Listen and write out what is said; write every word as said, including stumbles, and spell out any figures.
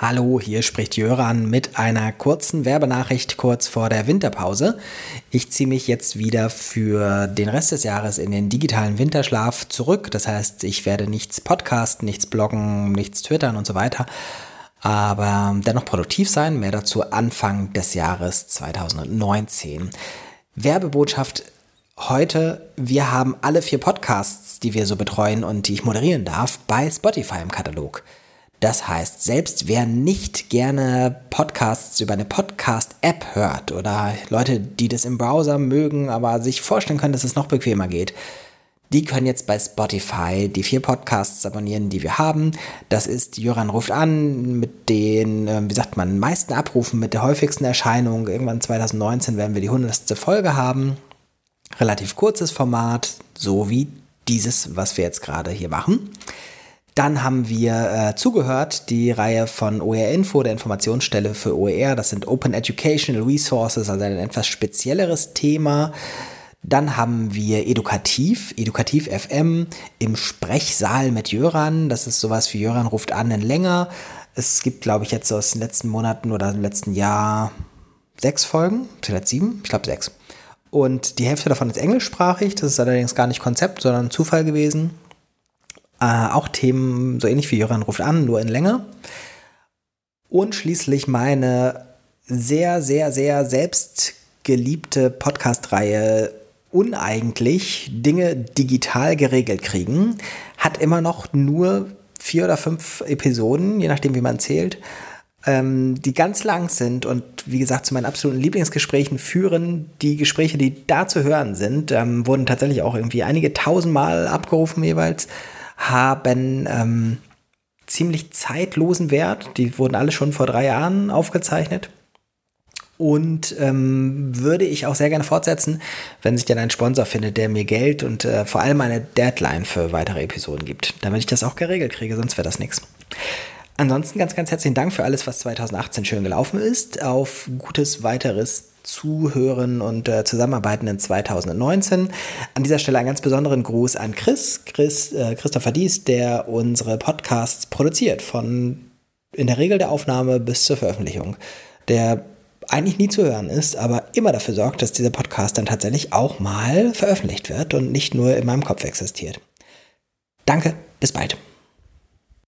Hallo, hier spricht Jöran mit einer kurzen Werbenachricht kurz vor der Winterpause. Ich ziehe mich jetzt wieder für den Rest des Jahres in den digitalen Winterschlaf zurück. Das heißt, ich werde nichts podcasten, nichts bloggen, nichts twittern und so weiter, aber dennoch produktiv sein. Mehr dazu Anfang des Jahres zweitausendneunzehn. Werbebotschaft heute: Wir haben alle vier Podcasts, die wir so betreuen und die ich moderieren darf, bei Spotify im Katalog. Das heißt, selbst wer nicht gerne Podcasts über eine Podcast-App hört oder Leute, die das im Browser mögen, aber sich vorstellen können, dass es noch bequemer geht, die können jetzt bei Spotify die vier Podcasts abonnieren, die wir haben. Das ist Jöran ruft an mit den, wie sagt man, meisten Abrufen, mit der häufigsten Erscheinung. Irgendwann zweitausendneunzehn werden wir die hundertste Folge haben. Relativ kurzes Format, so wie dieses, was wir jetzt gerade hier machen. Dann haben wir äh, zugehört, die Reihe von O E R Info, der Informationsstelle für O E R. Das sind Open Educational Resources, also ein etwas spezielleres Thema. Dann haben wir Edukativ, Edukativ F M im Sprechsaal mit Jöran. Das ist sowas wie Jöran ruft an in länger. Es gibt, glaube ich, jetzt so aus den letzten Monaten oder im letzten Jahr sechs Folgen, vielleicht sieben, ich glaube sechs. Und die Hälfte davon ist englischsprachig. Das ist allerdings gar nicht Konzept, sondern Zufall gewesen. Äh, auch Themen so ähnlich wie Jöran ruft an, nur in Länge. Und schließlich meine sehr, sehr, sehr selbstgeliebte Podcast-Reihe Uneigentlich, Dinge digital geregelt kriegen, hat immer noch nur vier oder fünf Episoden, je nachdem wie man zählt, ähm, die ganz lang sind und wie gesagt zu meinen absoluten Lieblingsgesprächen führen. Die Gespräche, die da zu hören sind, ähm, wurden tatsächlich auch irgendwie einige tausendmal abgerufen jeweils, haben ähm, ziemlich zeitlosen Wert. Die wurden alle schon vor drei Jahren aufgezeichnet. Und ähm, würde ich auch sehr gerne fortsetzen, wenn sich dann ein Sponsor findet, der mir Geld und äh, vor allem eine Deadline für weitere Episoden gibt, damit ich das auch geregelt kriege, sonst wäre das nichts. Ansonsten ganz, ganz herzlichen Dank für alles, was zweitausendachtzehn schön gelaufen ist. Auf gutes weiteres Zuhören und äh, Zusammenarbeiten in zweitausendneunzehn. An dieser Stelle einen ganz besonderen Gruß an Chris, Chris äh, Christopher Dies, der unsere Podcasts produziert, von in der Regel der Aufnahme bis zur Veröffentlichung. Der eigentlich nie zu hören ist, aber immer dafür sorgt, dass dieser Podcast dann tatsächlich auch mal veröffentlicht wird und nicht nur in meinem Kopf existiert. Danke, bis bald.